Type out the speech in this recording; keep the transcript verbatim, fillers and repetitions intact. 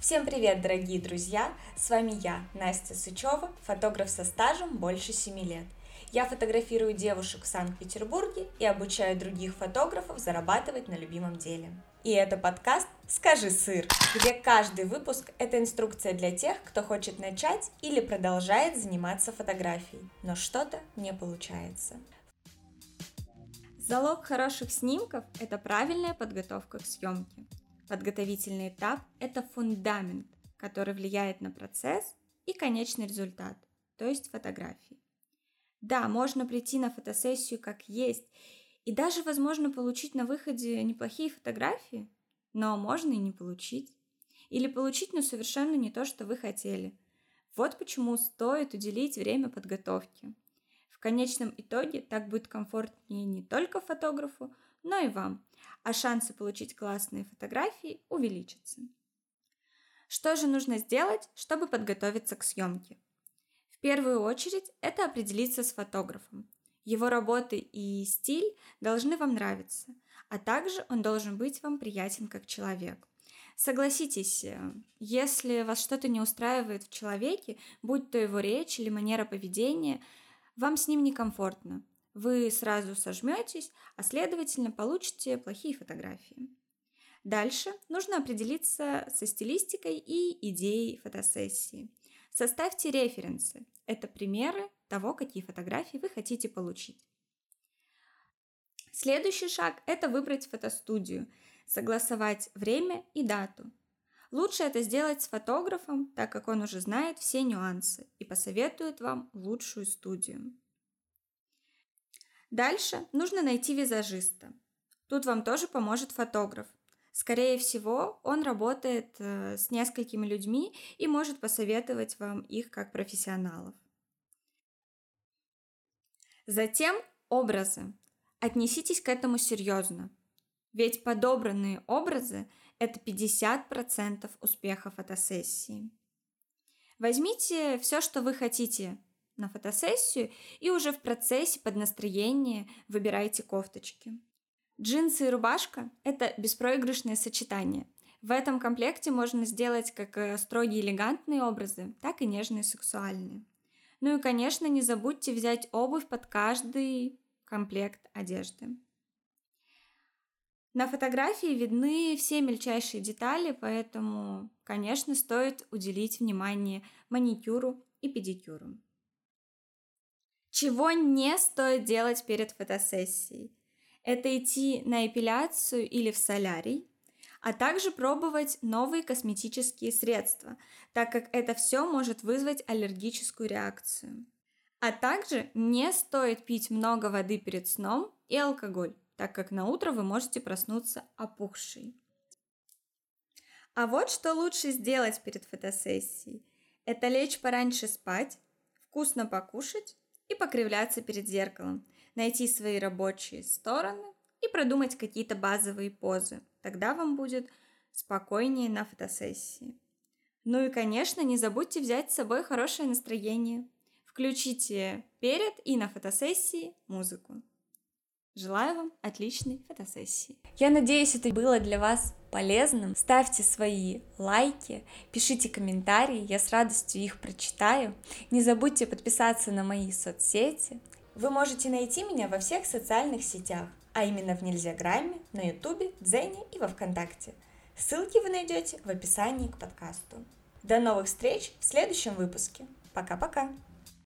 Всем привет, дорогие друзья! С вами я, Настя Сычева, фотограф со стажем больше семи лет. Я фотографирую девушек в Санкт-Петербурге и обучаю других фотографов зарабатывать на любимом деле. И это подкаст «Скажи, сыр», где каждый выпуск – это инструкция для тех, кто хочет начать или продолжает заниматься фотографией, но что-то не получается. Залог хороших снимков – это правильная подготовка к съемке. Подготовительный этап – это фундамент, который влияет на процесс и конечный результат, то есть фотографии. Да, можно прийти на фотосессию как есть, и даже, возможно, получить на выходе неплохие фотографии, но можно и не получить. Или получить, но совершенно не то, что вы хотели. Вот почему стоит уделить время подготовке. В конечном итоге так будет комфортнее не только фотографу, но и вам, а шансы получить классные фотографии увеличатся. Что же нужно сделать, чтобы подготовиться к съемке? В первую очередь это определиться с фотографом. Его работы и стиль должны вам нравиться, а также он должен быть вам приятен как человек. Согласитесь, если вас что-то не устраивает в человеке, будь то его речь или манера поведения, вам с ним некомфортно. Вы сразу сожметесь, а следовательно получите плохие фотографии. Дальше нужно определиться со стилистикой и идеей фотосессии. Составьте референсы. Это примеры того, какие фотографии вы хотите получить. Следующий шаг – это выбрать фотостудию, согласовать время и дату. Лучше это сделать с фотографом, так как он уже знает все нюансы и посоветует вам лучшую студию. Дальше нужно найти визажиста. Тут вам тоже поможет фотограф. Скорее всего, он работает с несколькими людьми и может посоветовать вам их как профессионалов. Затем образы. Отнеситесь к этому серьезно. Ведь подобранные образы – это пятьдесят процентов успеха фотосессии. Возьмите все, что вы хотите на фотосессию, и уже в процессе под настроение выбирайте кофточки. Джинсы и рубашка – это беспроигрышное сочетание. В этом комплекте можно сделать как строгие элегантные образы, так и нежные сексуальные. Ну и, конечно, не забудьте взять обувь под каждый комплект одежды. На фотографии видны все мельчайшие детали, поэтому, конечно, стоит уделить внимание маникюру и педикюру. Чего не стоит делать перед фотосессией? Это идти на эпиляцию или в солярий, а также пробовать новые косметические средства, так как это все может вызвать аллергическую реакцию. А также не стоит пить много воды перед сном и алкоголь, так как на утро вы можете проснуться опухшей. А вот что лучше сделать перед фотосессией. Это лечь пораньше спать, вкусно покушать и покривляться перед зеркалом, найти свои рабочие стороны и продумать какие-то базовые позы. Тогда вам будет спокойнее на фотосессии. Ну и, конечно, не забудьте взять с собой хорошее настроение. Включите перед и на фотосессии музыку. Желаю вам отличной фотосессии. Я надеюсь, это было для вас полезным. Ставьте свои лайки, пишите комментарии, я с радостью их прочитаю. Не забудьте подписаться на мои соцсети. Вы можете найти меня во всех социальных сетях, а именно в Нельзяграме, на Ютубе, Дзене и во Вконтакте. Ссылки вы найдете в описании к подкасту. До новых встреч в следующем выпуске. Пока-пока!